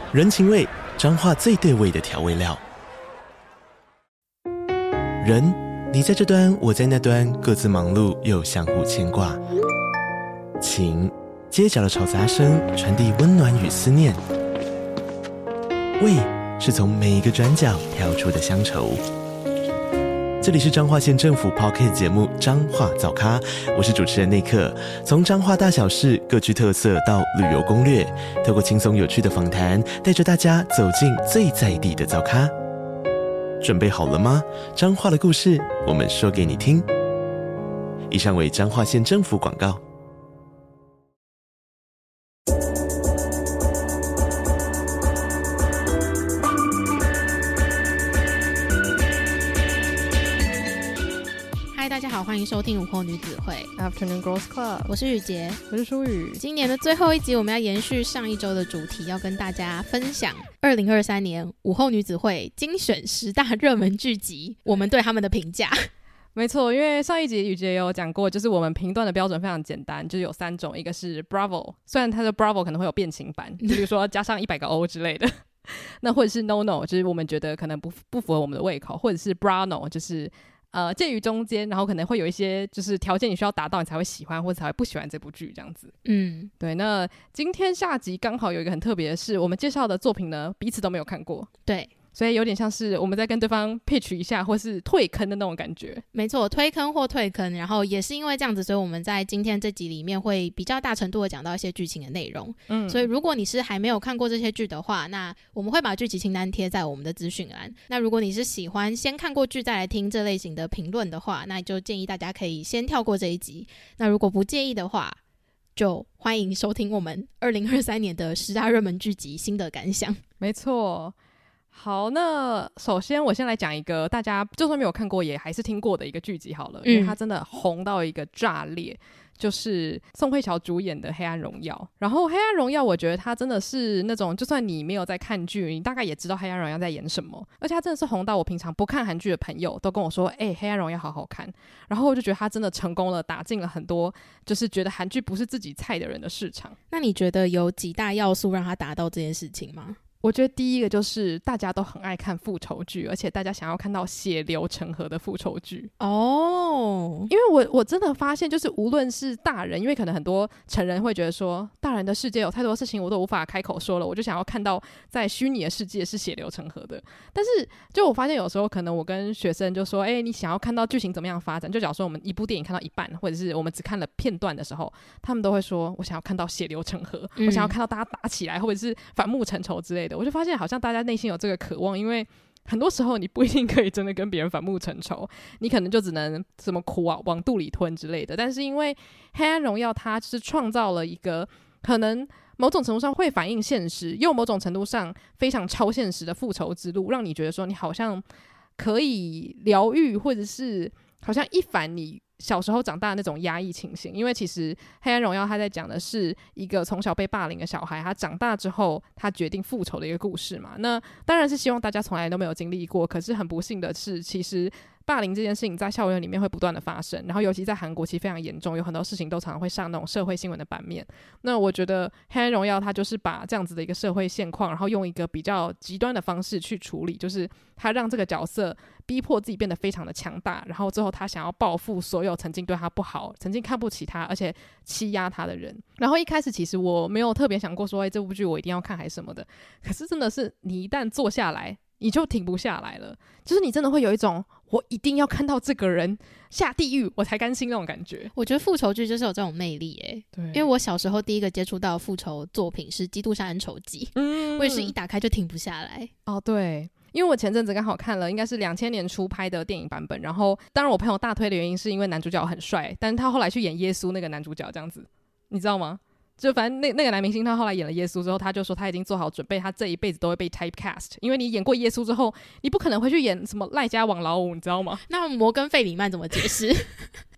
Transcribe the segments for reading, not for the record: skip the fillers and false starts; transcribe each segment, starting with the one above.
人情味，彰化最对味的调味料。人，你在这端，我在那端，各自忙碌又相互牵挂。情，街角的吵杂声传递温暖与思念。味，是从每一个转角跳出的乡愁。这里是彰化县政府 Podcast 节目《彰化早咖》，我是主持人内克。从彰化大小事各具特色到旅游攻略，透过轻松有趣的访谈，带着大家走进最在地的早咖。准备好了吗？彰化的故事，我们说给你听。以上为彰化县政府广告。 大家好，欢迎收听午后女子会 Afternoon Girls Club， 我是雨洁， 我是舒雨。 今年的最后一集，我们要延续上一周的主题，要跟大家分享2023年午后女子会精选10大热门剧集，我们对他们的评价。 没错，因为上一集雨洁有讲过，就是我们评断的标准非常简单，就是有3种，一个是 Bravo， 虽然它的 Bravo 可能会有变形版，就比如说加上100个 O 之类的，那或者是 No， 就是我们觉得可能不符合我们的胃口，或者是 Brano， 就是介于中间，然后可能会有一些就是条件你需要达到你才会喜欢或者才会不喜欢这部剧这样子。对。那今天下集刚好有一个很特别的是，我们介绍的作品呢彼此都没有看过。 对， 所以有点像是我们在跟对方 pitch 一下或是退坑的那种感觉。 没错，推坑或退坑，然后也是因为这样子，所以我们在今天这集里面会比较大程度的讲到一些剧情的内容。所以如果你是还没有看过这些剧的话，那我们会把剧集清单贴在我们的资讯栏。那如果你是喜欢先看过剧再来听这类型的评论的话，那就建议大家可以先跳过这一集。那如果不介意的话，就欢迎收听我们2023年的10大热门剧集心得感想。 没错。好，那首先我先来讲一个大家就算没有看过也还是听过的一个剧集好了，因为它真的红到一个炸裂，就是宋慧乔主演的《黑暗荣耀》。然后《黑暗荣耀》我觉得它真的是那种就算你没有在看剧，你大概也知道《黑暗荣耀》在演什么，而且它真的是红到我平常不看韩剧的朋友都跟我说黑暗荣耀好好看。然后我就觉得它真的成功了，打进了很多就是觉得韩剧不是自己菜的人的市场。 那你觉得有几大要素让它达到这件事情吗？ 我觉得第一个就是大家都很爱看复仇剧，而且大家想要看到血流成河的复仇剧因为我真的发现就是无论是大人，因为可能很多成人会觉得说大人的世界有太多事情我都无法开口说了，我就想要看到在虚拟的世界是血流成河的。但是就我发现有时候可能我跟学生就说你想要看到剧情怎么样发展，就假如说我们一部电影看到一半，或者是我们只看了片段的时候，他们都会说我想要看到血流成河，我想要看到大家打起来或者是反目成仇之类的。我就发现好像大家内心有这个渴望，因为很多时候你不一定可以真的跟别人反目成仇，你可能就只能什么苦啊往肚里吞之类的。但是因为黑暗荣耀它就是创造了一个可能某种程度上会反映现实又某种程度上非常超现实的复仇之路，让你觉得说你好像可以疗愈，或者是好像一反你小时候长大的那种压抑情形。因为其实黑暗荣耀他在讲的是一个从小被霸凌的小孩，他长大之后他决定复仇的一个故事嘛。那当然是希望大家从来都没有经历过，可是很不幸的是其实霸凌这件事情在校园里面会不断的发生，然后尤其在韩国其实非常严重，有很多事情都常常会上那种社会新闻的版面。那我觉得黑暗荣耀它就是把这样子的一个社会现况，然后用一个比较极端的方式去处理，就是他让这个角色逼迫自己变得非常的强大，然后之后他想要报复所有曾经对他不好、曾经看不起他而且欺压他的人。然后一开始其实我没有特别想过说这部剧我一定要看还是什么的，可是真的是你一旦坐下来你就停不下来了，就是你真的会有一种我一定要看到这个人下地狱我才甘心那种感觉。 我觉得复仇剧就是有这种魅力对， 因为我小时候第一个接触到复仇作品是《基督杀人仇记》，我也是一打开就停不下来。 对，因为我前阵子刚好看了应该是2000年初拍的电影版本，然后当然我朋友大推的原因是因为男主角很帅，但是他后来去演耶稣那个男主角这样子，你知道吗？就反正那个男明星他后来演了耶稣之后，他就说他已经做好准备，他这一辈子都会被 typecast， 因为你演过耶稣之后你不可能回去演什么赖家王老五，你知道吗？ 那摩根费里曼怎么解释？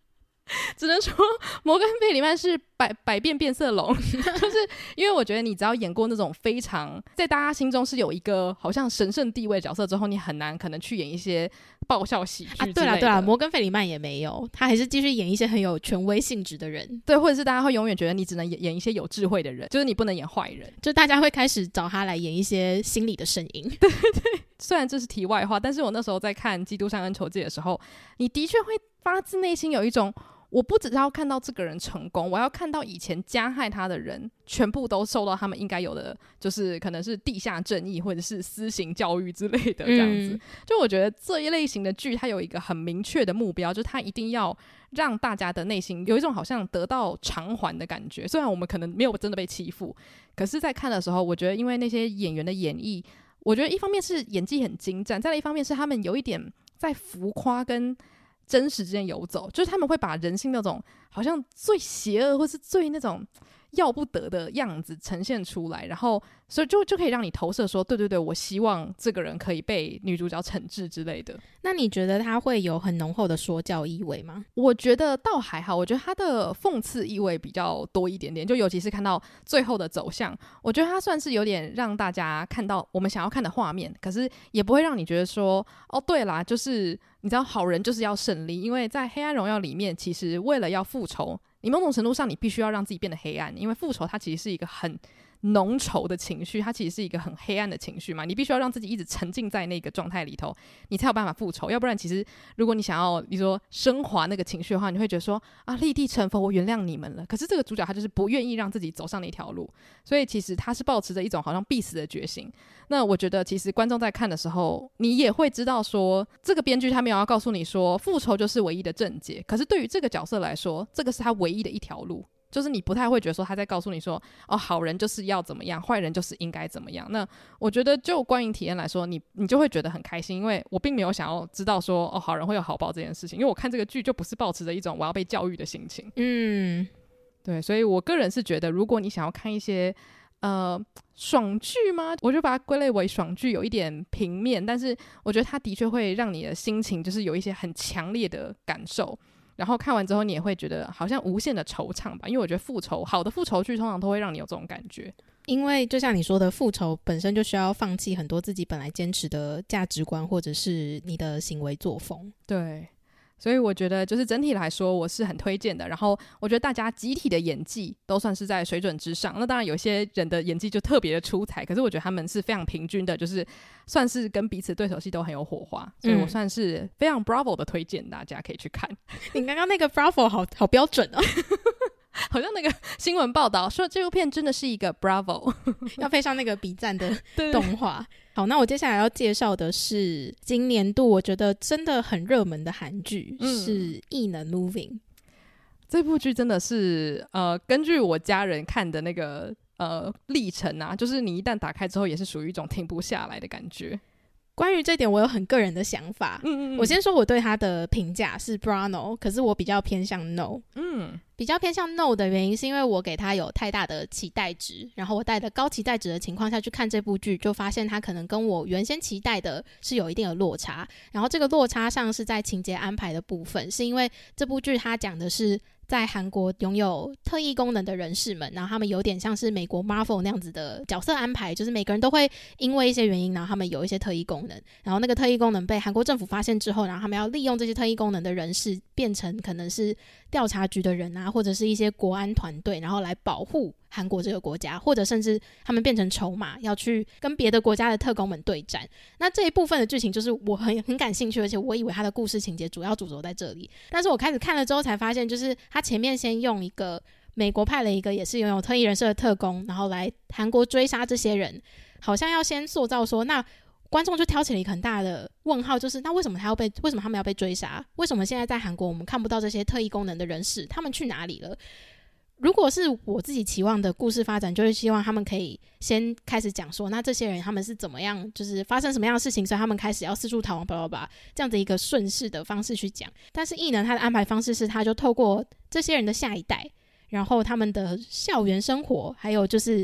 只能说摩根费里曼是百变变色龙就是因为我觉得你只要演过那种非常在大家心中是有一个好像神圣地位角色之后，你很难可能去演一些爆笑喜剧之类的。 对啦，摩根费里曼也没有，他还是继续演一些很有权威性质的人。 对，或者是大家会永远觉得你只能演一些有智慧的人，就是你不能演坏人， 就大家会开始找他来演一些心理的声音。 对对对，虽然这是题外话，但是我那时候在看《基督山恩仇记》的时候，你的确会发自内心有一种，我不只要看到这个人成功，我要看到以前加害他的人全部都受到他们应该有的，就是可能是地下正义或者是私刑教育之类的这样子。就我觉得这一类型的剧它有一个很明确的目标，就是它一定要让大家的内心有一种好像得到偿还的感觉。虽然我们可能没有真的被欺负，可是在看的时候，我觉得因为那些演员的演绎，我觉得一方面是演技很精湛，再来一方面是他们有一点在浮夸跟真实之间游走，就是他们会把人性那种好像最邪恶或是最那种要不得的样子呈现出来，然后所以就可以让你投射说，对对对，我希望这个人可以被女主角惩治之类的。 那你觉得他会有很浓厚的说教意味吗？ 我觉得倒还好，我觉得他的讽刺意味比较多一点点，就尤其是看到最后的走向，我觉得他算是有点让大家看到我们想要看的画面，可是也不会让你觉得说，哦对啦，就是你知道好人就是要胜利，因为在黑暗荣耀里面，其实为了要复仇，你某种程度上你必须要让自己变得黑暗，因为复仇它其实是一个很浓稠的情绪，它其实是一个很黑暗的情绪嘛，你必须要让自己一直沉浸在那个状态里头，你才有办法复仇。要不然其实如果你想要你说升华那个情绪的话，你会觉得说啊，立地成佛，我原谅你们了。可是这个主角他就是不愿意让自己走上那条路，所以其实他是抱持着一种好像必死的决心。那我觉得其实观众在看的时候，你也会知道说，这个编剧他没有要告诉你说复仇就是唯一的正解，可是对于这个角色来说，这个是他唯一的一条路，就是你不太会觉得说他在告诉你说，哦，好人就是要怎么样，坏人就是应该怎么样。那我觉得就观影体验来说，你就会觉得很开心，因为我并没有想要知道说，哦，好人会有好报这件事情，因为我看这个剧就不是抱持着一种我要被教育的心情。对，所以我个人是觉得，如果你想要看一些爽剧吗？我就把它归类为爽剧，有一点平面，但是我觉得它的确会让你的心情就是有一些很强烈的感受，然后看完之后你也会觉得好像无限的惆怅吧，因为我觉得好的复仇剧通常都会让你有这种感觉， 因为就像你说的，复仇本身就需要放弃很多自己本来坚持的价值观或者是你的行为作风。 对，所以我觉得就是整体来说我是很推荐的，然后我觉得大家集体的演技都算是在水准之上，那当然有些人的演技就特别的出彩，可是我觉得他们是非常平均的，就是算是跟彼此对手戏都很有火花，所以我算是非常 Bravo 的推荐，大家可以去看。 你刚刚那个 Bravo 好标准哦好像那个新闻报道说这部片真的是一个 Bravo 要配上那个比赞的动画好，那我接下来要介绍的是今年度我觉得真的很热门的韩剧，是异能 Moving。 这部剧真的是根据我家人看的那个历程啊，就是你一旦打开之后也是属于一种停不下来的感觉。 关于这点我有很个人的想法，我先说我对他的评价是 Brano， 可是我比较偏向 No。比较偏向 No 的原因是因为我给他有太大的期待值，然后我带着高期待值的情况下去看这部剧，就发现他可能跟我原先期待的是有一定的落差，然后这个落差上是在情节安排的部分，是因为这部剧他讲的是在韩国拥有特异功能的人士们，然后他们有点像是美国 Marvel 那样子的角色安排，就是每个人都会因为一些原因，然后他们有一些特异功能，然后那个特异功能被韩国政府发现之后，然后他们要利用这些特异功能的人士变成可能是调查局的人啊，或者是一些国安团队，然后来保护韩国这个国家，或者甚至他们变成筹码要去跟别的国家的特工们对战。那这一部分的剧情就是我很感兴趣，而且我以为他的故事情节主轴在这里，但是我开始看了之后才发现，就是他前面先用一个美国派了一个也是拥有特异人设的特工，然后来韩国追杀这些人，好像要先塑造说，那观众就挑起了一个很大的问号，就是那为什么他们要被追杀？为什么现在在韩国我们看不到这些特异功能的人士？他们去哪里了？如果是我自己期望的故事发展，就是希望他们可以先开始讲说，那这些人他们是怎么样，就是发生什么样的事情，所以他们开始要四处逃亡，巴拉巴拉，这样的一个顺势的方式去讲。但是异能他的安排方式是，他就透过这些人的下一代，然后他们的校园生活，还有就是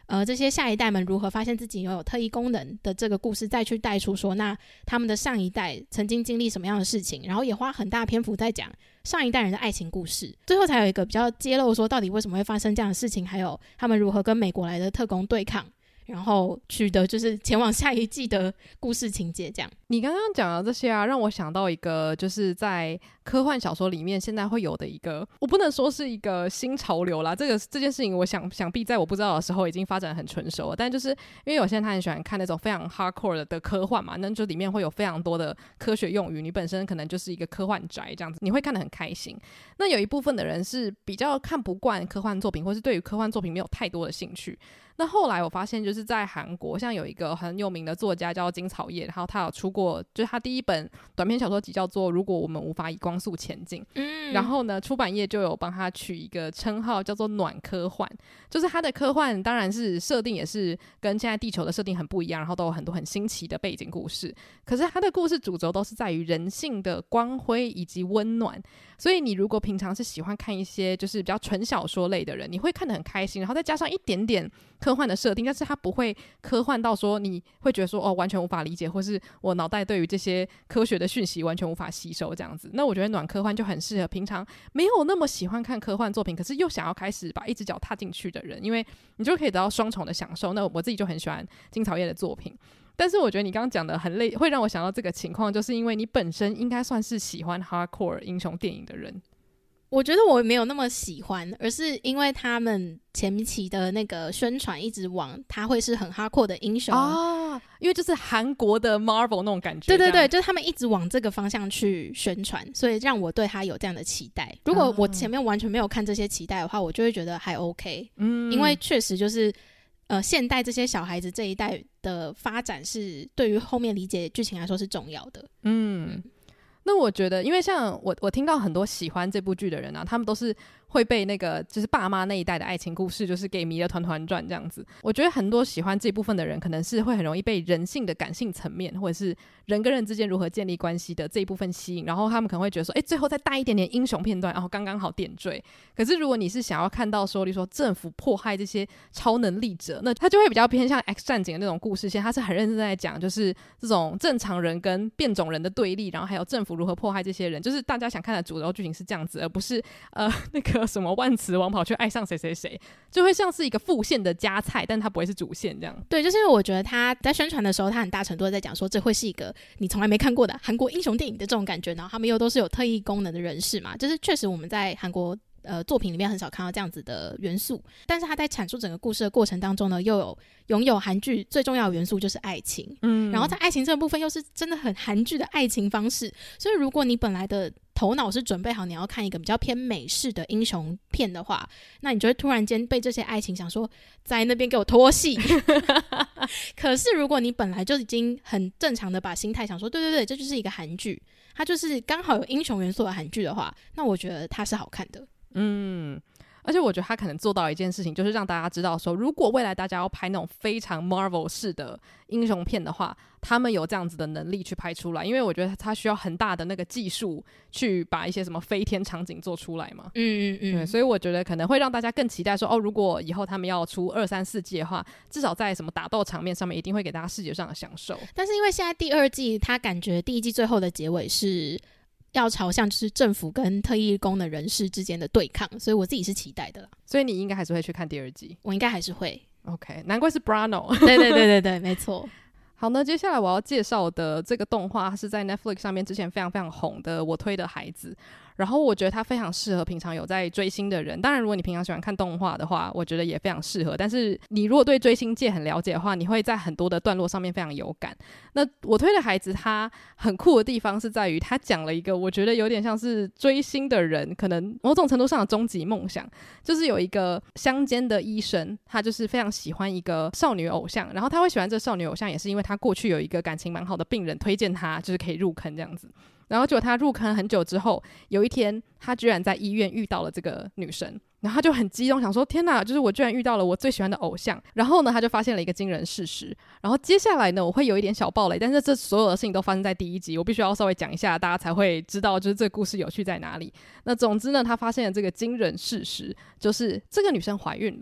这些下一代们如何发现自己拥有特异功能的这个故事，再去带出说那他们的上一代曾经经历什么样的事情，然后也花很大篇幅在讲上一代人的爱情故事，最后才有一个比较揭露说到底为什么会发生这样的事情，还有他们如何跟美国来的特工对抗，然后取得就是前往下一季的故事情节。这样你刚刚讲的这些啊，让我想到一个就是在科幻小说里面现在会有的一个，我不能说是一个新潮流啦，这件事情我想必在我不知道的时候已经发展很成熟了，但就是因为有些人他很喜欢看那种非常 hardcore 的科幻嘛，那就里面会有非常多的科学用语，你本身可能就是一个科幻宅这样子，你会看得很开心。那有一部分的人是比较看不惯科幻作品，或是对于科幻作品没有太多的兴趣。那后来我发现就是在韩国，像有一个很有名的作家叫金草叶，然后他有出过就是他第一本短篇小说集叫做《如果我们无法以光速前进》，然后呢出版业就有帮他取一个称号叫做暖科幻，就是他的科幻当然是设定也是跟现在地球的设定很不一样，然后都有很多很新奇的背景故事，可是他的故事主轴都是在于人性的光辉以及温暖，所以你如果平常是喜欢看一些就是比较纯小说类的人，你会看得很开心，然后再加上一点点科幻的设定，但是它不会科幻到说你会觉得说完全无法理解，或是我脑袋对于这些科学的讯息完全无法吸收这样子。那我觉得暖科幻就很适合平常没有那么喜欢看科幻作品，可是又想要开始把一只脚踏进去的人，因为你就可以得到双重的享受。那我自己就很喜欢金草叶的作品，但是我觉得你刚刚讲的很累，会让我想到这个情况，就是因为你本身应该算是喜欢 hardcore 英雄电影的人。 我觉得我没有那么喜欢，而是因为他们前期的那个宣传一直往他会是很 hardcore 的英雄啊，因为就是韩国的 Marvel 那种感觉。 对对对，就是他们一直往这个方向去宣传，所以让我对他有这样的期待。如果我前面完全没有看这些期待的话，我就会觉得还 OK。因为确实就是现代这些小孩子这一代的发展是对于后面理解剧情来说是重要的。 那我觉得因为像我听到很多喜欢这部剧的人啊，他们都是会被那个就是爸妈那一代的爱情故事就是给迷得团团转这样子。我觉得很多喜欢这部分的人可能是会很容易被人性的感性层面或者是人跟人之间如何建立关系的这一部分吸引，然后他们可能会觉得说最后再带一点点英雄片段，然后刚刚好点缀。可是如果你是想要看到说例如说政府迫害这些超能力者，那他就会比较偏向 X 战警的那种故事线，他是很认真在讲就是这种正常人跟变种人的对立，然后还有政府如何迫害这些人，就是大家想看的主轴剧情是这样子，而不是那个什么万磁王跑去爱上谁谁谁，就会像是一个副线的加菜，但它不会是主线这样。 对，就是因为我觉得他在宣传的时候他很大程度在讲说这会是一个你从来没看过的韩国英雄电影的这种感觉，然后他们又都是有特异功能的人士嘛，就是确实我们在韩国作品里面很少看到这样子的元素，但是他在阐述整个故事的过程当中呢，又有拥有韩剧最重要的元素就是爱情，然后在爱情这个部分又是真的很韩剧的爱情方式，所以如果你本来的头脑是准备好你要看一个比较偏美式的英雄片的话，那你就会突然间被这些爱情想说在那边给我拖戏可是如果你本来就已经很正常的把心态想说对对对这就是一个韩剧，它就是刚好有英雄元素的韩剧的话，那我觉得它是好看的。 而且我觉得他可能做到一件事情，就是让大家知道说如果未来大家要拍那种非常 Marvel 式的英雄片的话，他们有这样子的能力去拍出来，因为我觉得他需要很大的那个技术去把一些什么飞天场景做出来嘛。对，所以我觉得可能会让大家更期待说如果以后他们要出2、3、4季的话，至少在什么打斗场面上面一定会给大家视觉上的享受。 但是因为现在第2季他感觉第1季最后的结尾是要朝向就是政府跟特异功能人士之间的对抗，所以我自己是期待的啦。 所以你应该还是会去看第2季？ 我应该还是会。 OK， 难怪是 Brano 对对对对对没错。 好，那接下来我要介绍的这个动画是在 Netflix 上面之前非常非常红的我推的孩子，然后我觉得它非常适合平常有在追星的人，当然如果你平常喜欢看动画的话我觉得也非常适合，但是你如果对追星界很了解的话，你会在很多的段落上面非常有感。那我推的孩子他很酷的地方是在于他讲了一个我觉得有点像是追星的人可能某种程度上的终极梦想，就是有一个乡间的医生，他就是非常喜欢一个少女偶像，然后他会喜欢这少女偶像也是因为他过去有一个感情蛮好的病人推荐他就是可以入坑这样子，然后结果他入坑很久之后，有一天他居然在医院遇到了这个女生，然后他就很激动想说天哪，就是我居然遇到了我最喜欢的偶像。然后呢他就发现了一个惊人事实，然后接下来呢我会有一点小爆雷，但是这所有的事情都发生在第1集，我必须要稍微讲一下大家才会知道就是这个故事有趣在哪里。那总之呢他发现了这个惊人事实，就是这个女生怀孕了，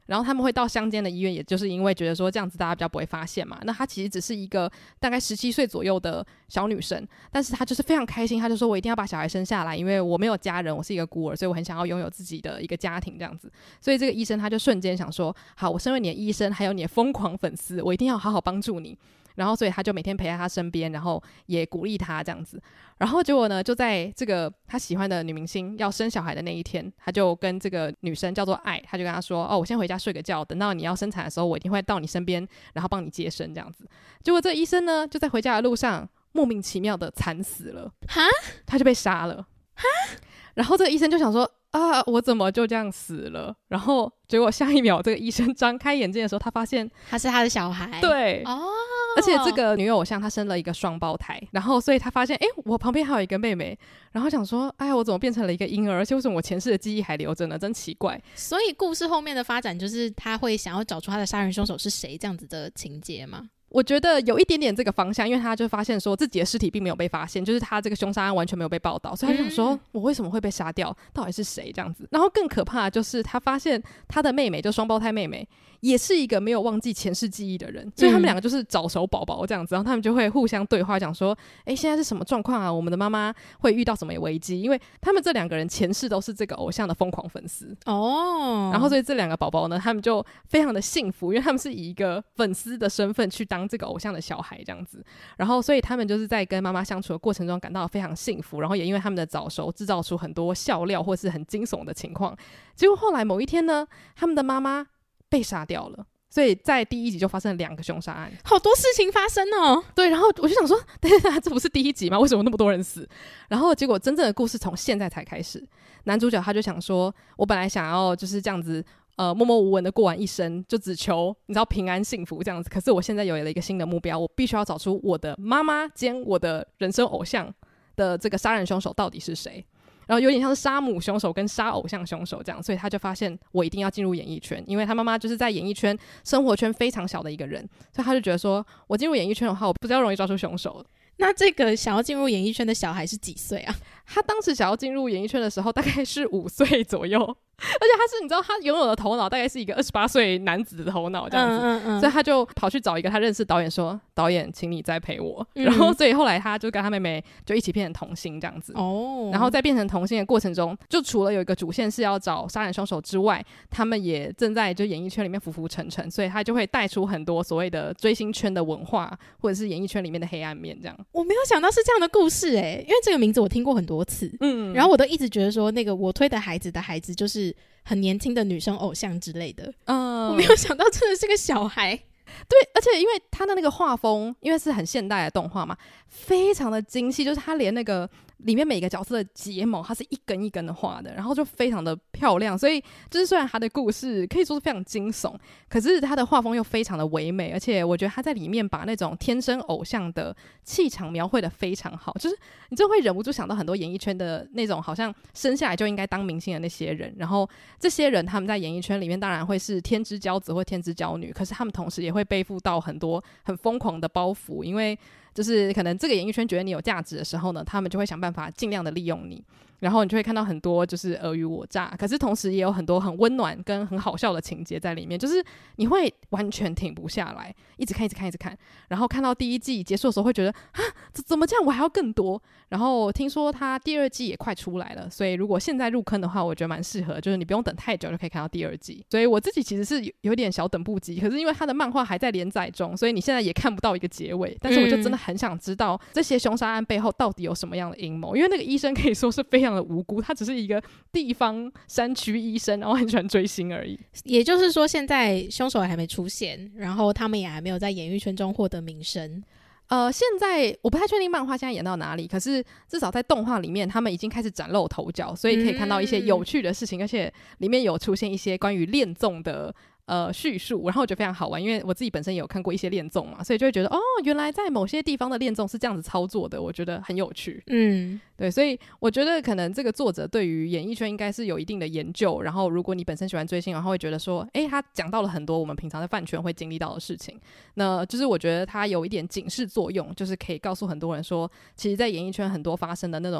然后他们会到乡间的医院，也就是因为觉得说这样子大家比较不会发现嘛。那她其实只是一个大概17岁左右的小女生，但是她就是非常开心，她就说我一定要把小孩生下来，因为我没有家人，我是一个孤儿，所以我很想要拥有自己的一个家庭这样子。所以这个医生他就瞬间想说，好，我身为你的医生还有你的疯狂粉丝，我一定要好好帮助你。然后所以他就每天陪在他身边，然后也鼓励他这样子。然后结果呢，就在这个他喜欢的女明星要生小孩的那一天，他就跟这个女生叫做爱，他就跟他说，我先回家睡个觉，等到你要生产的时候我一定会到你身边，然后帮你接生这样子。结果这个医生呢，就在回家的路上莫名其妙的惨死了，他就被杀了。然后这个医生就想说，我怎么就这样死了？然后结果下一秒这个医生张开眼睛的时候，他发现他是他的小孩。 对而且这个女偶像她生了一个双胞胎，然后所以他发现我旁边还有一个妹妹，然后想说我怎么变成了一个婴儿，而且为什么我前世的记忆还留着呢？真奇怪。 所以故事后面的发展就是他会想要找出他的杀人凶手是谁，这样子的情节吗？ 我觉得有一点点这个方向，因为他就发现说自己的尸体并没有被发现，就是他这个凶杀案完全没有被报道，所以他就想说我为什么会被杀掉，到底是谁这样子。然后更可怕的就是他发现他的妹妹，就双胞胎妹妹也是一个没有忘记前世记忆的人，所以他们两个就是早熟宝宝这样子。然后他们就会互相对话，讲说现在是什么状况啊，我们的妈妈会遇到什么危机，因为他们这两个人前世都是这个偶像的疯狂粉丝然后所以这两个宝宝呢，他们就非常的幸福，因为他们是以一个粉丝的身份去当这个偶像的小孩这样子。然后所以他们就是在跟妈妈相处的过程中感到非常幸福，然后也因为他们的早熟制造出很多笑料或是很惊悚的情况。结果后来某一天呢，他们的妈妈被杀掉了，所以在第一集就发生了2个凶杀案， 好多事情发生哦。 对，然后我就想说这不是第一集吗？为什么那么多人死？然后结果真正的故事从现在才开始。男主角他就想说，我本来想要就是这样子默默无闻的过完一生，就只求你知道平安幸福这样子。可是我现在有了一个新的目标，我必须要找出我的妈妈兼我的人生偶像的这个杀人凶手到底是谁。然后有点像是杀母凶手跟杀偶像凶手这样，所以他就发现我一定要进入演艺圈，因为他妈妈就是在演艺圈生活圈非常小的一个人，所以他就觉得说我进入演艺圈的话，我比较容易抓出凶手了。 那这个想要进入演艺圈的小孩是几岁啊？ 他当时想要进入演艺圈的时候大概是5岁左右，而且他是你知道他拥有的头脑大概是一个28岁男子的头脑这样子，所以他就跑去找一个他认识导演说，导演请你栽培我，然后所以后来他就跟他妹妹就一起变成童星这样子然后在变成童星的过程中，就除了有一个主线是要找杀人凶手之外，他们也正在就演艺圈里面浮浮沉沉，所以他就会带出很多所谓的追星圈的文化，或者是演艺圈里面的黑暗面这样。 我没有想到是这样的故事因为这个名字我听过很多次然后我都一直觉得说那个我推的孩子的孩子就是很年轻的女生偶像之类的我没有想到真的是个小孩。 对，而且因为他的那个画风因为是很现代的动画嘛，非常的精细，就是他连那个里面每个角色的睫毛它是一根一根的画的，然后就非常的漂亮，所以就是虽然他的故事可以说是非常惊悚，可是他的画风又非常的唯美，而且我觉得他在里面把那种天生偶像的气场描绘的非常好，就是你真的会忍不住想到很多演艺圈的那种好像生下来就应该当明星的那些人，然后这些人他们在演艺圈里面当然会是天之骄子或天之骄女，可是他们同时也会背负到很多很疯狂的包袱，因为就是可能这个演艺圈觉得你有价值的时候呢，他们就会想办法尽量的利用你，然后你就会看到很多就是尔虞我诈，可是同时也有很多很温暖跟很好笑的情节在里面，就是你会完全停不下来，一直看一直看一直看，然后看到第1季结束的时候会觉得怎么这样，我还要更多。然后听说他第2季也快出来了，所以如果现在入坑的话我觉得蛮适合，就是你不用等太久就可以看到第2季。所以我自己其实是有点小等不及，可是因为他的漫画还在连载中，所以你现在也看不到一个结尾，但是我就真的很想知道这些凶杀案背后到底有什么样的阴谋，因为那个医生可以说是非常的无辜，他只是一个地方山区医生，然后很喜欢追星而已。 也就是说现在凶手还没出现，然后他们也还没有在演艺圈中获得名声。 现在我不太确定漫画现在演到哪里，可是至少在动画里面他们已经开始崭露头角，所以可以看到一些有趣的事情，而且里面有出现一些关于恋综的叙述，然后我觉得非常好玩，因为我自己本身也有看过一些恋综嘛，所以就会觉得原来在某些地方的恋综是这样子操作的，我觉得很有趣。对，所以我觉得可能这个作者对于演艺圈应该是有一定的研究，然后如果你本身喜欢追星，然后会觉得说他讲到了很多我们平常在饭圈会经历到的事情，那就是我觉得他有一点警示作用，就是可以告诉很多人说其实在演艺圈很多发生的那种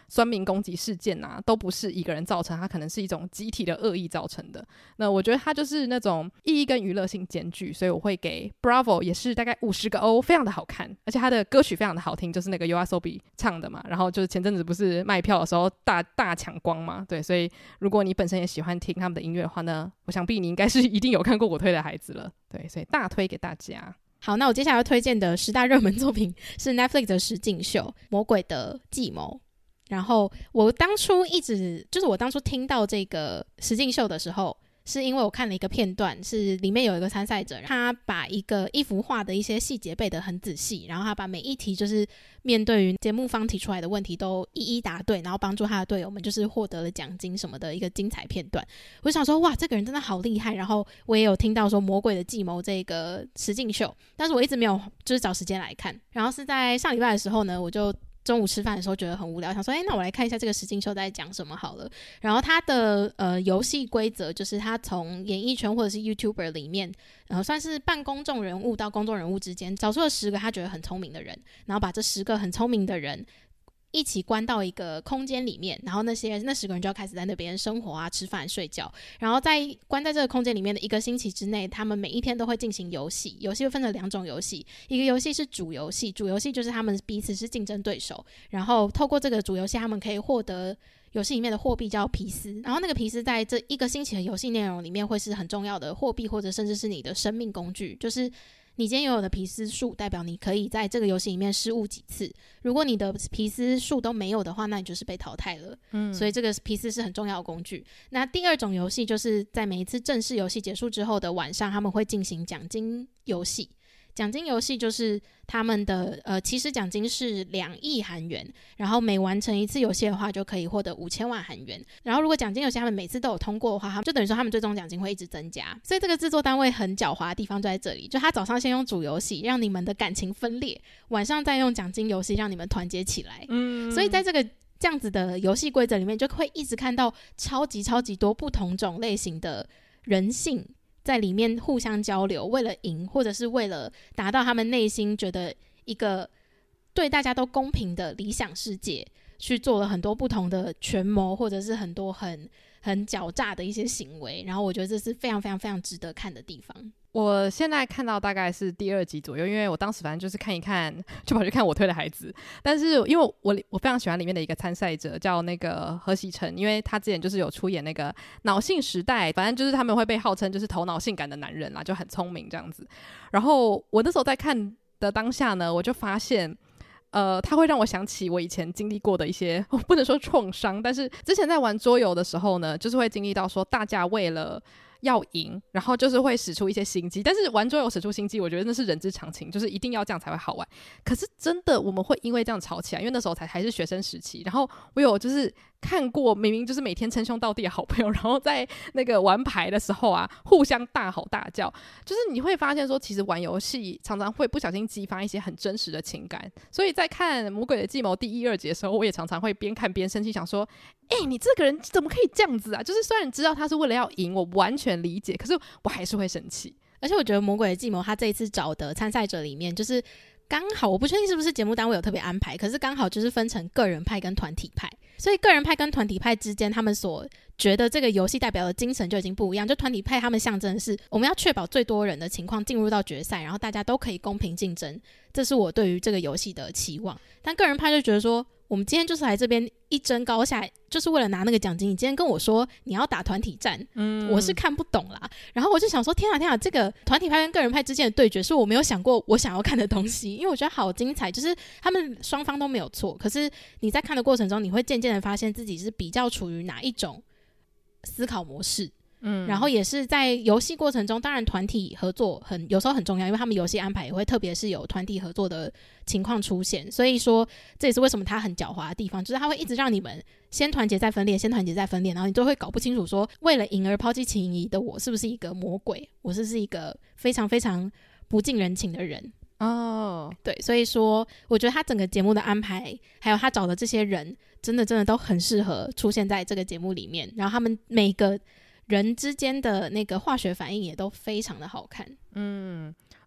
酸民攻击事件啊，都不是一个人造成，它可能是一种集体的恶意造成的。那我觉得它就是那种意义跟娱乐性兼具，所以我会给 Bravo 也是大概50个欧，非常的好看，而且它的歌曲非常的好听，就是那个 YOASOBI 唱的嘛，然后就是前阵子不是卖票的时候大抢光嘛，对，所以如果你本身也喜欢听他们的音乐的话呢，我想必你应该是一定有看过我推的孩子了，对，所以大推给大家。 好，那我接下来要推荐的10大热门作品是 Netflix 的实境秀《魔鬼的计谋》。然后我当初听到这个实境秀的时候，是因为我看了一个片段，是里面有一个参赛者，他把一幅画的一些细节背得很仔细，然后他把每一题就是面对于节目方提出来的问题都一一答对，然后帮助他的队友们就是获得了奖金什么的一个精彩片段。我就想说哇，这个人真的好厉害。然后我也有听到说魔鬼的计谋这个实境秀，但是我一直没有就是找时间来看。然后是在上礼拜的时候呢，我就中午吃饭的时候觉得很无聊，想说那我来看一下这个实境秀在讲什么好了。然后它的游戏规则就是它从演艺圈或者是 YouTuber 里面算是半公众人物到公众人物之间找出了10个他觉得很聪明的人，然后把这10个很聪明的人一起关到一个空间里面，然后那10个人就要开始在那边生活啊、吃饭、睡觉。然后在关在这个空间里面的1个星期之内，他们每一天都会进行游戏。游戏会分成2种游戏，一个游戏是主游戏，主游戏就是他们彼此是竞争对手，然后透过这个主游戏，他们可以获得游戏里面的货币叫皮斯，然后那个皮斯在这1个星期的游戏内容里面会是很重要的货币，或者甚至是你的生命工具，就是你今天拥有的皮斯数代表你可以在这个游戏里面失误几次，如果你的皮斯数都没有的话，那你就是被淘汰了。所以这个皮斯是很重要的工具。那第2种游戏就是在每一次正式游戏结束之后的晚上，他们会进行奖金游戏。奖金游戏就是他们的起始奖金是2亿韩元，然后每完成1次游戏的话就可以获得5000万韩元。然后如果奖金游戏他们每次都有通过的话，就等于说他们最终奖金会一直增加。所以这个制作单位很狡猾的地方就在这里，就他早上先用主游戏让你们的感情分裂，晚上再用奖金游戏让你们团结起来。所以在这样子的游戏规则里面，就会一直看到超级多不同种类型的人性在里面互相交流，为了赢或者是为了达到他们内心觉得一个对大家都公平的理想世界，去做了很多不同的权谋，或者是很多很狡诈的一些行为。然后我觉得这是非常非常非常值得看的地方。 我现在看到大概是第2集左右，因为我当时反正就是看一看就跑去看我推的孩子，但是因为我非常喜欢里面的一个参赛者叫那个何喜成，因为他之前就是有出演那个脑性时代，反正就是他们会被号称就是头脑性感的男人啦，就很聪明这样子。然后我那时候在看的当下呢，我就发现它会让我想起我以前经历过的一些，我不能说创伤，但是之前在玩桌游的时候呢，就是会经历到说大家为了要赢，然后就是会使出一些心机，但是玩桌游使出心机我觉得那是人之常情，就是一定要这样才会好玩。可是真的我们会因为这样吵起来，因为那时候还是学生时期，然后我有就是看过明明就是每天称兄道弟的好朋友，然后在那个玩牌的时候啊互相大吼大叫，就是你会发现说其实玩游戏常常会不小心激发一些很真实的情感。所以在看《魔鬼的计谋》第1、2集的时候，我也常常会边看边生气，想说你这个人怎么可以这样子啊，就是虽然知道他是为了要赢，我完全理解，可是我还是会生气。 而且我觉得《魔鬼的计谋》他这一次找的参赛者里面，就是刚好我不确定是不是节目单位有特别安排，可是刚好就是分成个人派跟团体派，所以个人派跟团体派之间他们所觉得这个游戏代表的精神就已经不一样。就团体派他们象征的是我们要确保最多人的情况进入到决赛，然后大家都可以公平竞争，这是我对于这个游戏的期望。但个人派就觉得说我们今天就是来这边一争高下，就是为了拿那个奖金，你今天跟我说你要打团体战，我是看不懂啦。然后我就想说天啊，这个团体派跟个人派之间的对决是我没有想过我想要看的东西，因为我觉得好精彩，就是他们双方都没有错，可是你在看的过程中你会渐渐的发现自己是比较处于哪一种思考模式。然后也是在游戏过程中，当然团体合作有时候很重要，因为他们游戏安排也会特别是有团体合作的情况出现，所以说这也是为什么他很狡猾的地方，就是他会一直让你们先团结再分裂，先团结再分裂，然后你就会搞不清楚说为了赢而抛弃情谊的我是不是一个魔鬼，我是不是一个非常非常不近人情的人。对，所以说我觉得他整个节目的安排还有他找的这些人真的都很适合出现在这个节目里面，然后他们每个人之间的那个化学反应也都非常的好看。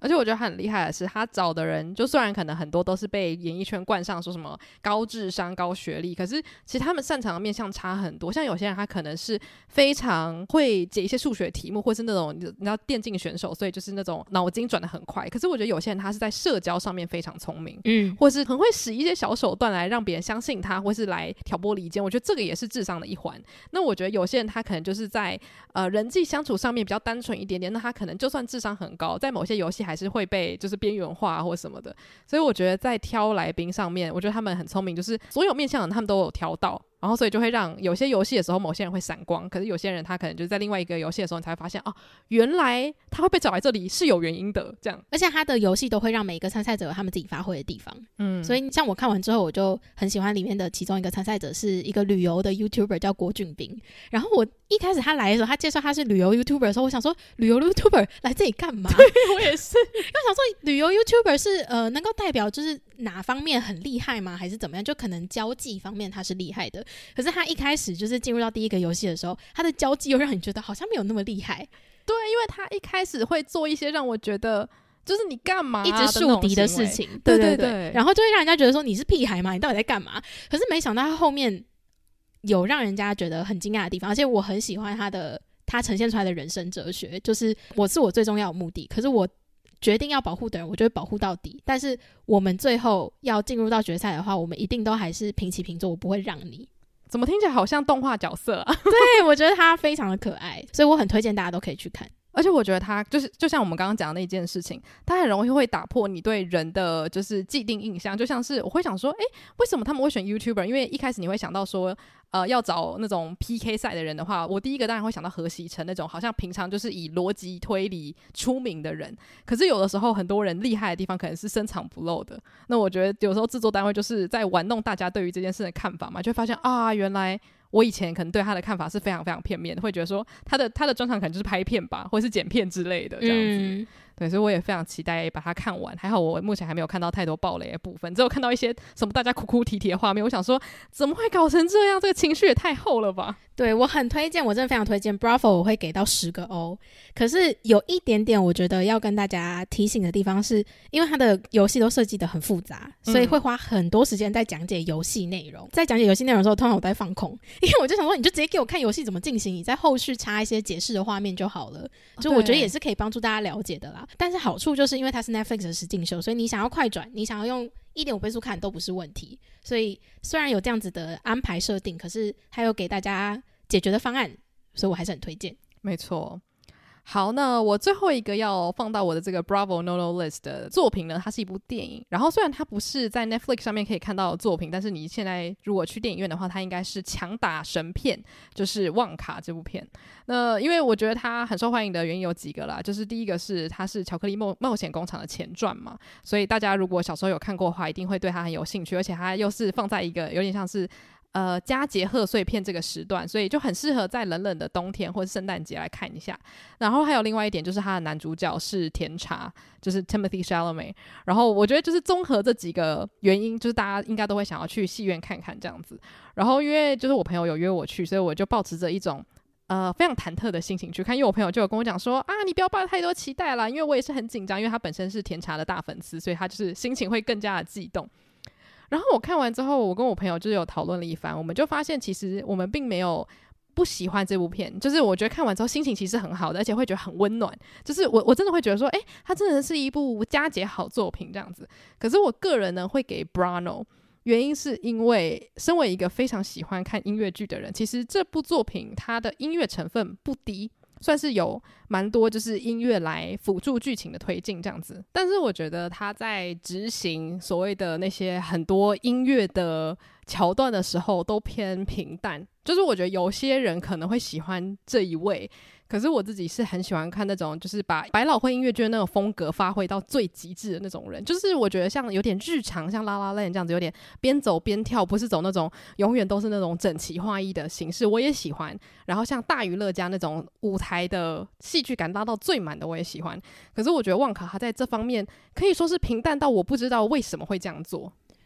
而且我觉得他很厉害的是，他找的人就虽然可能很多都是被演艺圈冠上说什么高智商高学历，可是其实他们擅长的面向差很多。像有些人他可能是非常会解一些数学题目，或是那种你知道电竞选手，所以就是那种脑筋转得很快，可是我觉得有些人他是在社交上面非常聪明，或是很会使一些小手段来让别人相信他，或是来挑拨离间，我觉得这个也是智商的一环。那我觉得有些人他可能就是在人际相处上面比较单纯一点点，那他可能就算智商很高，在某些游戏还是会被就是边缘化或什么的。所以我觉得在挑来宾上面，我觉得他们很聪明，就是所有面向的他们都有挑到，然后所以就会让有些游戏的时候某些人会闪光，可是有些人他可能就是在另外一个游戏的时候你才会发现哦，原来他会被找来这里是有原因的这样。 而且他的游戏都会让每一个参赛者有他们自己发挥的地方，所以像我看完之后我就很喜欢里面的其中一个参赛者是一个旅游的 YouTuber 叫郭俊斌。然后我一开始他来的时候，他介绍他是旅游 YouTuber 的时候，我想说旅游 YouTuber 来这里干嘛？ 对，我也是。 我想说旅游 YouTuber 是能够代表就是哪方面很厉害吗？还是怎么样？就可能交际方面他是厉害的，可是他一开始就是进入到第一个游戏的时候，他的交际又让你觉得好像没有那么厉害。 对，因为他一开始会做一些让我觉得就是你干嘛、 一直树敌的事情，对对对，然后就会让人家觉得说你是屁孩吗？你到底在干嘛？可是没想到他后面有让人家觉得很惊讶的地方，而且我很喜欢他呈现出来的人生哲学，就是我是我最重要的目的，可是我决定要保护的人我就会保护到底，但是我们最后要进入到决赛的话，我们一定都还是平起平坐，我不会让你。 怎么听起来好像动画角色啊？ 对，我觉得他非常的可爱，所以我很推荐大家都可以去看。 而且我觉得他就像我们刚刚讲的那件事情，他很容易会打破你对人的就是既定印象。就像是我会想说为什么他们会选 YouTuber？ 因为一开始你会想到说要找那种 PK 赛的人的话，我第一个当然会想到何习成那种好像平常就是以逻辑推理出名的人。可是有的时候很多人厉害的地方可能是深藏不露的，那我觉得有时候制作单位就是在玩弄大家对于这件事的看法嘛，就会发现啊，原来我以前可能对他的看法是非常非常片面的，会觉得说他的专长可能就是拍片吧，或者是剪片之类的这样子。对，所以我也非常期待把它看完。还好我目前还没有看到太多爆雷的部分，只有看到一些什么大家哭哭啼啼的画面。我想说怎么会搞成这样，这个情绪也太厚了吧。 对，我很推荐，我真的非常推荐 Bravo， 我会给到10个O。可是有一点点我觉得要跟大家提醒的地方是，因为它的游戏都设计得很复杂，所以会花很多时间在讲解游戏内容。在讲解游戏内容的时候，通常我在放空，因为我就想说你就直接给我看游戏怎么进行，你在后续插一些解释的画面就好了，就我觉得也是可以帮助大家了解的啦。但是好处就是因为它是 Netflix 的实境秀，所以你想要快转，你想要用1.5倍速看都不是问题。所以虽然有这样子的安排设定，可是它有给大家解决的方案，所以我还是很推荐。 没错。好，那我最后一个要放到我的这个 Bravo No No List 的作品呢，它是一部电影。然后虽然它不是在 Netflix 上面可以看到的作品，但是你现在如果去电影院的话，它应该是强打神片，就是旺卡这部片。那因为我觉得它很受欢迎的原因有几个啦，就是第一个是它是巧克力冒险工厂的前传嘛，所以大家如果小时候有看过的话，一定会对它很有兴趣，而且它又是放在一个有点像是佳节贺岁片这个时段，所以就很适合在冷冷的冬天或者圣诞节来看一下。然后还有另外一点就是他的男主角是甜茶，就是 Timothée Chalamet。然后我觉得就是综合这几个原因，就是大家应该都会想要去戏院看看这样子。然后因为就是我朋友有约我去，所以我就抱持着一种非常忐忑的心情去看，因为我朋友就有跟我讲说啊，你不要抱太多期待啦，因为我也是很紧张，因为他本身是甜茶的大粉丝，所以他就是心情会更加的激动。然后我看完之后，我跟我朋友就是有讨论了一番，我们就发现其实我们并没有不喜欢这部片，就是我觉得看完之后心情其实很好的，而且会觉得很温暖，就是我真的会觉得说它真的是一部佳节好作品这样子。可是我个人呢会给 Brano， 原因是因为身为一个非常喜欢看音乐剧的人，其实这部作品它的音乐成分不低，算是有蛮多就是音乐来辅助剧情的推进这样子。但是我觉得他在执行所谓的那些很多音乐的桥段的时候都偏平淡，就是我觉得有些人可能会喜欢这一位，可是我自己是很喜欢看那种就是把百老汇音乐剧的那种风格发挥到最极致的那种人，就是我觉得像有点日常，像La La Land这样子有点边走边跳，不是走那种永远都是那种整齐划一的形式，我也喜欢。然后像大娱乐家那种舞台的戏剧感拉到最满的我也喜欢。可是我觉得旺卡他在这方面可以说是平淡到我不知道为什么会这样做。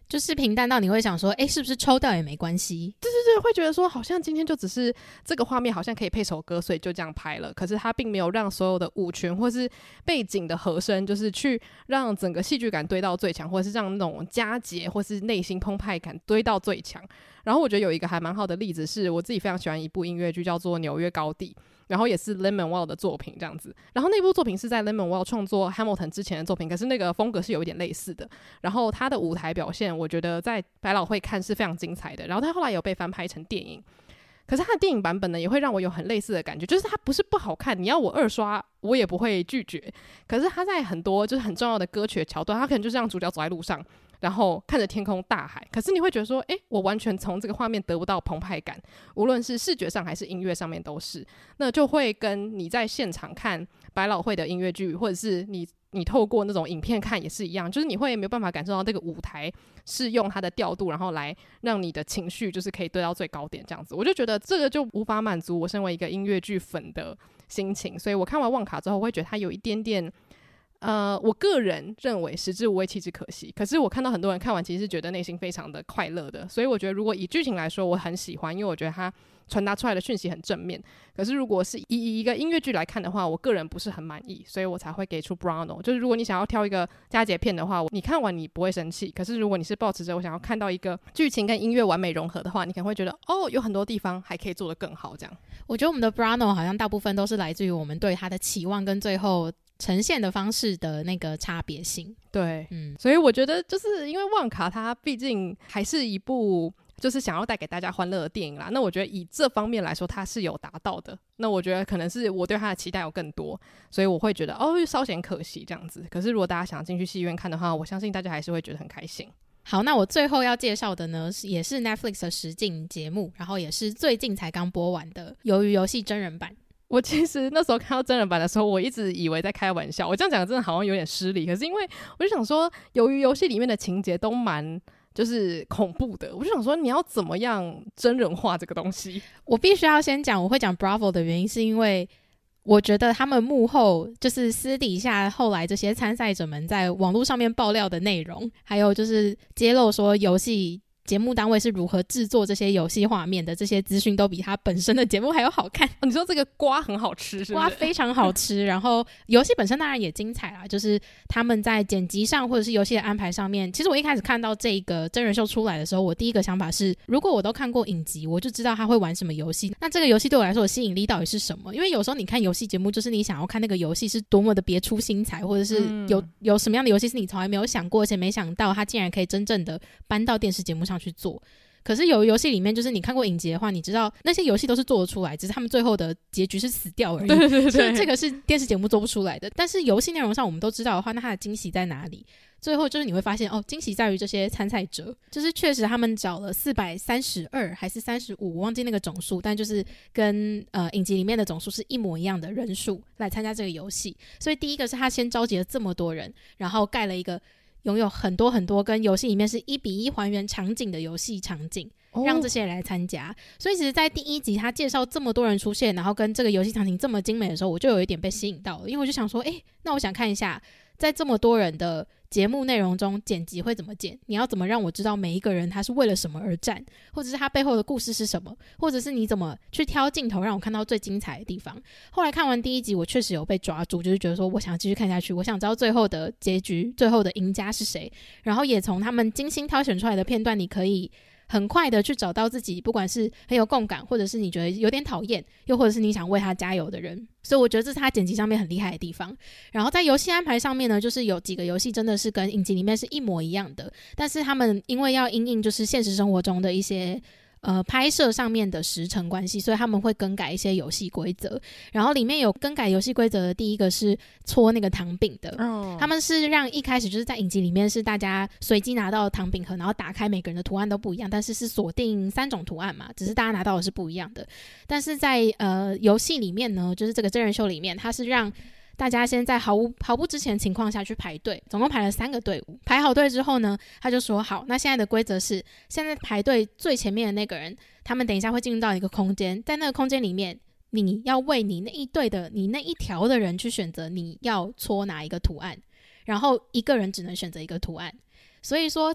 就是平淡到你会想说是不是抽掉也没关系。 对对对，会觉得说好像今天就只是这个画面好像可以配首歌，所以就这样拍了，可是他并没有让所有的舞群或是背景的和声就是去让整个戏剧感堆到最强，或者是让那种佳节或是内心澎湃感堆到最强。然后我觉得有一个还蛮好的例子是我自己非常喜欢一部音乐剧叫做《纽约高地》，然后也是 Lin-Manuel 的作品这样子。然后那部作品是在 Lin-Manuel 创作 Hamilton 之前的作品，可是那个风格是有一点类似的。然后他的舞台表现我觉得在百老汇看是非常精彩的，然后他后来有被翻拍成电影，可是他的电影版本呢也会让我有很类似的感觉，就是他不是不好看，你要我二刷我也不会拒绝，可是他在很多就是很重要的歌曲的桥段，他可能就是让主角走在路上然后看着天空大海，可是你会觉得说我完全从这个画面得不到澎湃感，无论是视觉上还是音乐上面都是，那就会跟你在现场看百老汇的音乐剧或者是你透过那种影片看也是一样，就是你会没有办法感受到这个舞台是用它的调度然后来让你的情绪就是可以堆到最高点这样子。我就觉得这个就无法满足我身为一个音乐剧粉的心情，所以我看完旺卡之后我会觉得它有一点点我个人认为食之无味弃之可惜，可是我看到很多人看完其实是觉得内心非常的快乐的，所以我觉得如果以剧情来说我很喜欢，因为我觉得它传达出来的讯息很正面。可是如果是以一个音乐剧来看的话，我个人不是很满意，所以我才会给出 Brano。 就是如果你想要挑一个佳节片的话，你看完你不会生气，可是如果你是抱持着我想要看到一个剧情跟音乐完美融合的话，你可能会觉得有很多地方还可以做得更好这样。 我觉得我们的 Brano 好像大部分都是来自于我们对他的期望跟最后呈现的方式的那个差别性。 对，所以我觉得就是因为旺卡它毕竟还是一部就是想要带给大家欢乐的电影啦，那我觉得以这方面来说它是有达到的，那我觉得可能是我对它的期待有更多，所以我会觉得稍显可惜这样子。可是如果大家想进去戏院看的话，我相信大家还是会觉得很开心。 好，那我最后要介绍的呢也是 Netflix 的实境节目，然后也是最近才刚播完的鱿鱼游戏真人版。 我其实那时候看到真人版的时候我一直以为在开玩笑，我这样讲真的好像有点失礼，可是因为我就想说鱿鱼游戏里面的情节都蛮就是恐怖的，我就想说你要怎么样真人化这个东西。 我必须要先讲我会讲 Bravo 的原因是因为我觉得他们幕后就是私底下后来这些参赛者们在网络上面爆料的内容，还有就是揭露说游戏节目单位是如何制作这些游戏画面的这些资讯，都比它本身的节目还要好看。 你说这个瓜很好吃是不是？ 瓜非常好吃，然后游戏本身当然也精彩啦，就是他们在剪辑上或者是游戏的安排上面。其实我一开始看到这个真人秀出来的时候，我第一个想法是如果我都看过影集，我就知道他会玩什么游戏，那这个游戏对我来说的吸引力到底是什么？因为有时候你看游戏节目就是你想要看那个游戏是多么的别出心裁，或者是有什么样的游戏是你从来没有想过，而且没想到他竟然可以真正的搬到电视节目上去做。可是有游戏里面就是你看过影集的话，你知道那些游戏都是做得出来，只是他们最后的结局是死掉而已。 对对对， 所以这个是电视节目做不出来的。但是游戏内容上我们都知道的话，那它的惊喜在哪里？最后就是你会发现惊喜在于这些参赛者，就是确实他们找了432还是35，我忘记那个总数，但就是跟影集里面的总数是一模一样的人数来参加这个游戏。所以第一个是他先召集了这么多人，然后盖了一个拥有很多很多跟游戏里面是1:1还原场景的游戏场景，让这些人来参加。所以其实在第一集他介绍这么多人出现，然后跟这个游戏场景这么精美的时候，我就有一点被吸引到了，因为我就想说那我想看一下在这么多人的节目内容中剪辑会怎么剪，你要怎么让我知道每一个人他是为了什么而战，或者是他背后的故事是什么，或者是你怎么去挑镜头让我看到最精彩的地方。后来看完第一集我确实有被抓住，就是觉得说我想继续看下去，我想知道最后的结局，最后的赢家是谁，然后也从他们精心挑选出来的片段你可以很快的去找到自己不管是很有共感，或者是你觉得有点讨厌，又或者是你想为他加油的人。所以我觉得这是他剪辑上面很厉害的地方。然后在游戏安排上面呢，就是有几个游戏真的是跟影集里面是一模一样的，但是他们因为要因应就是现实生活中的一些拍摄上面的时程关系，所以他们会更改一些游戏规则。然后里面有更改游戏规则的第一个是搓那个糖饼的，他们是让一开始就是在影集里面是大家随机拿到糖饼盒，然后打开每个人的图案都不一样，但是是锁定3种图案嘛，只是大家拿到的是不一样的。但是在游戏里面呢，就是这个真人秀里面，它是让大家先在毫不知情的情况下去排队，总共排了3个队伍。排好队之后呢，他就说好，那现在的规则是现在排队最前面的那个人，他们等一下会进入到一个空间，在那个空间里面你要为你那一队的你那一条的人去选择你要戳哪一个图案，然后一个人只能选择一个图案。所以说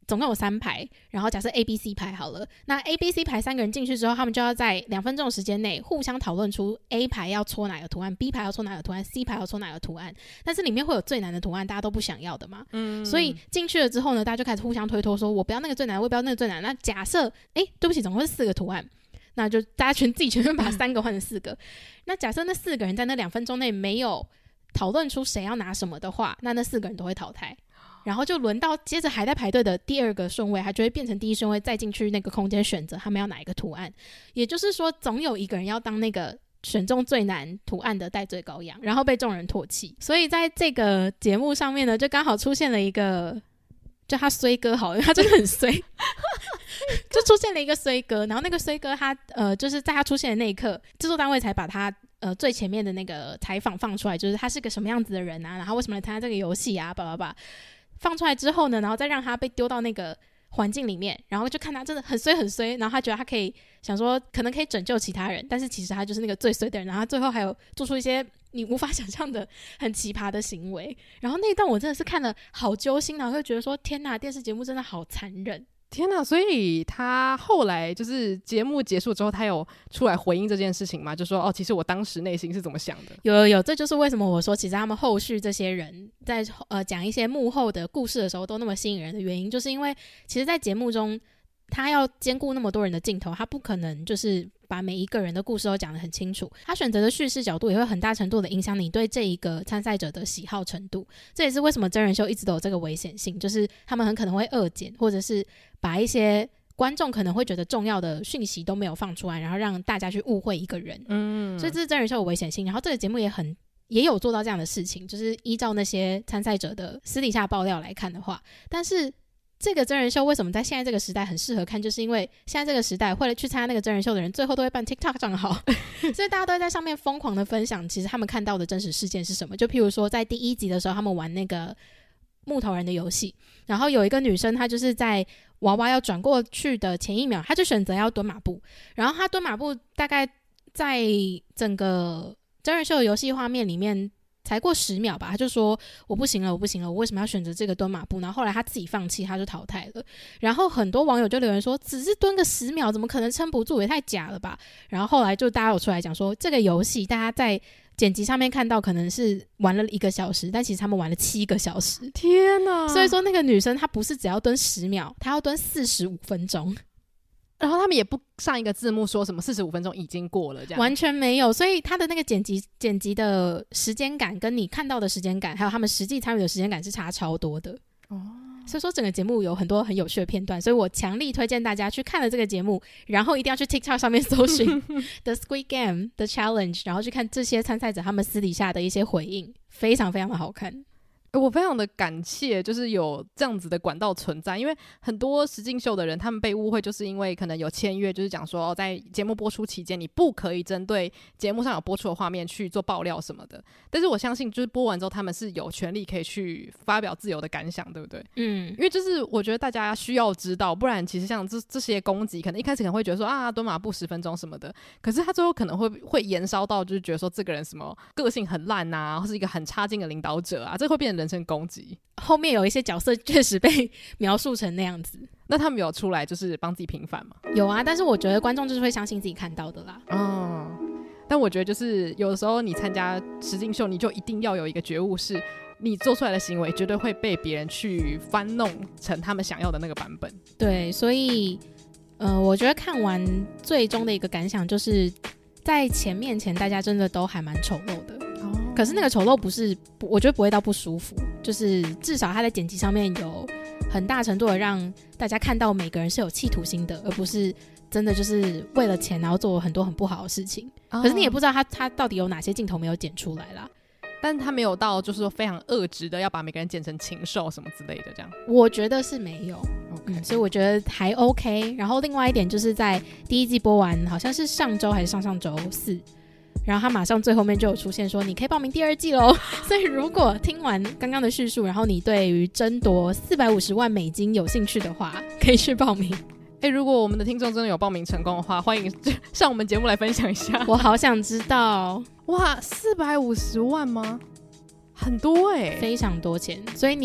总共有3排，然后假设 A、B、C 排好了，那 A、B、C 排3个人进去之后，他们就要在2分钟的时间内互相讨论出 A 排要戳哪个图案， B 排要戳哪个图案， C 排要戳哪个图案，但是里面会有最难的图案，大家都不想要的嘛，所以进去了之后呢，大家就开始互相推脱说我不要那个最难的，我不要那个最难的。那假设对不起，总共是4个图案，那就大家自己全把3个换成4个那假设那4个人在那2分钟内没有讨论出谁要拿什么的话，那4个人都会淘汰，然后就轮到接着还在排队的第2个顺位，他就会变成第1顺位，再进去那个空间选择他们要哪一个图案。也就是说总有一个人要当那个选中最难图案的代罪羔羊，然后被众人唾弃。所以在这个节目上面呢，就刚好出现了一个就他衰哥好了，因为他真的很衰就出现了一个衰哥，然后那个衰哥他就是在他出现的那一刻，制作单位才把他最前面的那个采访放出来，就是他是个什么样子的人啊，然后为什么来参加这个游戏啊，叭叭叭。放出来之后呢，然后再让他被丢到那个环境里面，然后就看他真的很衰很衰，然后他觉得他可以想说可能可以拯救其他人，但是其实他就是那个最衰的人，然后他最后还有做出一些你无法想象的很奇葩的行为。然后那一段我真的是看了好揪心，然后就觉得说天哪，电视节目真的好残忍。 天哪，所以他后来就是节目结束之后，他有出来回应这件事情吗？就说其实我当时内心是怎么想的。 有，这就是为什么我说其实他们后续这些人在讲一些幕后的故事的时候都那么吸引人的原因，就是因为其实在节目中他要兼顾那么多人的镜头，他不可能就是把每一个人的故事都讲得很清楚，他选择的叙事角度也会很大程度的影响你对这一个参赛者的喜好程度。这也是为什么真人秀一直都有这个危险性，就是他们很可能会恶剪，或者是把一些观众可能会觉得重要的讯息都没有放出来，然后让大家去误会一个人。所以这是真人秀有危险性。然后这个节目也有做到这样的事情，就是依照那些参赛者的私底下爆料来看的话，但是这个真人秀为什么在现在这个时代很适合看，就是因为现在这个时代会去参加那个真人秀的人最后都会办 TikTok 账号所以大家都会在上面疯狂的分享其实他们看到的真实事件是什么。就譬如说在第1集的时候，他们玩那个木头人的游戏，然后有一个女生她就是在娃娃要转过去的前1秒，她就选择要蹲马步，然后她蹲马步大概在整个真人秀的游戏画面里面才过10秒吧，他就说我不行了，我为什么要选择这个蹲马步？然后后来他自己放弃，他就淘汰了。然后很多网友就留言说，只是蹲个10秒，怎么可能撑不住？也太假了吧！然后后来就大家有出来讲说，这个游戏大家在剪辑上面看到可能是玩了1个小时，但其实他们玩了7个小时。 天哪！ 所以说那个女生她不是只要蹲10秒，她要蹲45分钟。 然后他们也不上一个字幕说什么45分钟已经过了，这样完全没有。所以他的那个剪辑的时间感跟你看到的时间感还有他们实际参与的时间感是差超多的。所以说整个节目有很多很有趣的片段，所以我强力推荐大家去看了这个节目，然后一定要去 TikTok 上面搜寻The Squid Game The Challenge， 然后去看这些参赛者他们私底下的一些回应，非常非常的好看。 我非常的感谢就是有这样子的管道存在，因为很多实境秀的人他们被误会就是因为可能有签约，就是讲说在节目播出期间你不可以针对节目上有播出的画面去做爆料什么的，但是我相信就是播完之后他们是有权利可以去发表自由的感想，对不对？因为就是我觉得大家需要知道，不然其实像这些攻击可能一开始可能会觉得说蹲马步10分钟什么的，可是他最后可能会延烧到就是觉得说这个人什么个性很烂啊，或是一个很差劲的领导者啊，这会变成人身攻击。 后面有一些角色确实被描述成那样子， 那他们有出来就是帮自己平反吗？ 有啊，但是我觉得观众就是会相信自己看到的啦。 但我觉得就是有的时候你参加实境秀，你就一定要有一个觉悟，是你做出来的行为绝对会被别人去翻弄成他们想要的那个版本。 对，所以我觉得看完最终的一个感想就是在面前大家真的都还蛮丑陋的。可是那个丑陋不是我觉得不会到不舒服，就是至少他在剪辑上面有很大程度的让大家看到每个人是有企图心的，而不是真的就是为了钱然后做很多很不好的事情。可是你也不知道他到底有哪些镜头没有剪出来啦， 但他没有到就是说非常恶质的要把每个人剪成禽兽什么之类的这样。 我觉得是没有。所以我觉得还 OK。 然后另外一点就是在第1季播完好像是上周还是上周4，然后他马上最后面就有出现说你可以报名第2季咯所以如果听完刚刚的叙述，然后你对于争夺450万美金有兴趣的话，可以去报名。 如果我们的听众真的有报名成功的话，欢迎上我们节目来分享一下。 我好想知道。 哇，450万吗？很多非常多钱。所以你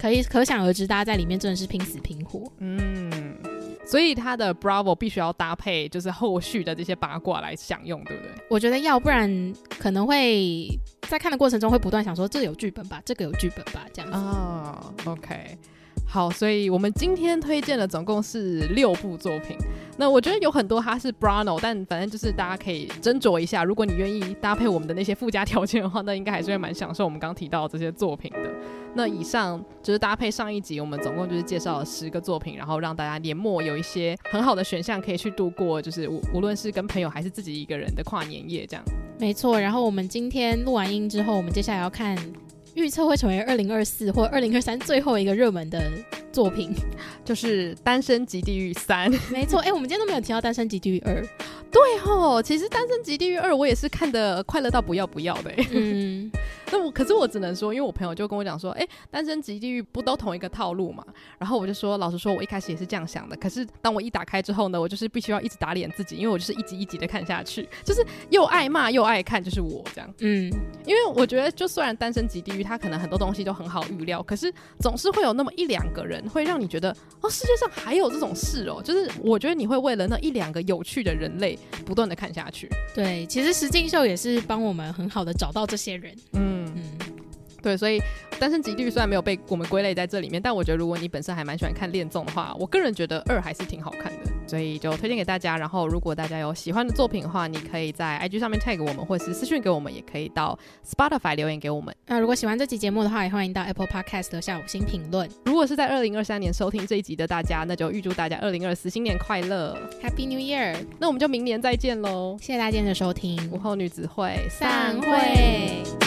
可想而知，大家在里面真的是拼死拼活。 所以他的 Bravo 必须要搭配就是后续的这些八卦来享用，对不对？ 我觉得要不然可能会在看的过程中会不断想说，这个有剧本吧，这个有剧本吧，这样子。 OK。好，所以我们今天推荐的总共是6部作品。那我觉得有很多它是 Brano， 但反正就是大家可以斟酌一下，如果你愿意搭配我们的那些附加条件的话，那应该还是会蛮享受我们刚提到的这些作品的。那以上就是搭配上一集我们总共就是介绍了10个作品，然后让大家年末有一些很好的选项可以去度过，就是无论是跟朋友还是自己一个人的跨年夜这样。 没错，然后我们今天录完音之后，我们接下来要看预测会成为2024或2023最后一个热门的作品， 就是《单身即地狱3》。 没错，我们今天都没有提到《单身即地狱2》。 对吼，其实《单身即地狱2》我也是看得快乐到不要不要的。可是我只能说，因为我朋友就跟我讲说，单身即地狱不都同一个套路嘛？然后我就说，老实说，我一开始也是这样想的。可是当我一打开之后呢，我就是必须要一直打脸自己，因为我就是一集一集的看下去，就是又爱骂又爱看，就是我这样。因为我觉得，就虽然单身即地狱，它可能很多东西都很好预料，可是总是会有那么1-2个人会让你觉得，世界上还有这种事哦。就是我觉得你会为了那1-2个有趣的人类不断的看下去。 对，其实实境秀也是帮我们很好的找到这些人。 对，所以单身即地狱虽然没有被我们归类在这里面，但我觉得如果你本身还蛮喜欢看恋综的话，我个人觉得2还是挺好看的，所以就推荐给大家。然后如果大家有喜欢的作品的话，你可以在 IG 上面 tag 我们，或是私讯给我们，也可以到 Spotify 留言给我们。 那如果喜欢这集节目的话，也欢迎到 Apple Podcast 留下5星评论。 如果是在2023年收听这一集的大家，那就预祝大家2024新年快乐 Happy New Year。 那我们就明年再见咯。 谢谢大家今天的收听， 午后女子会散会。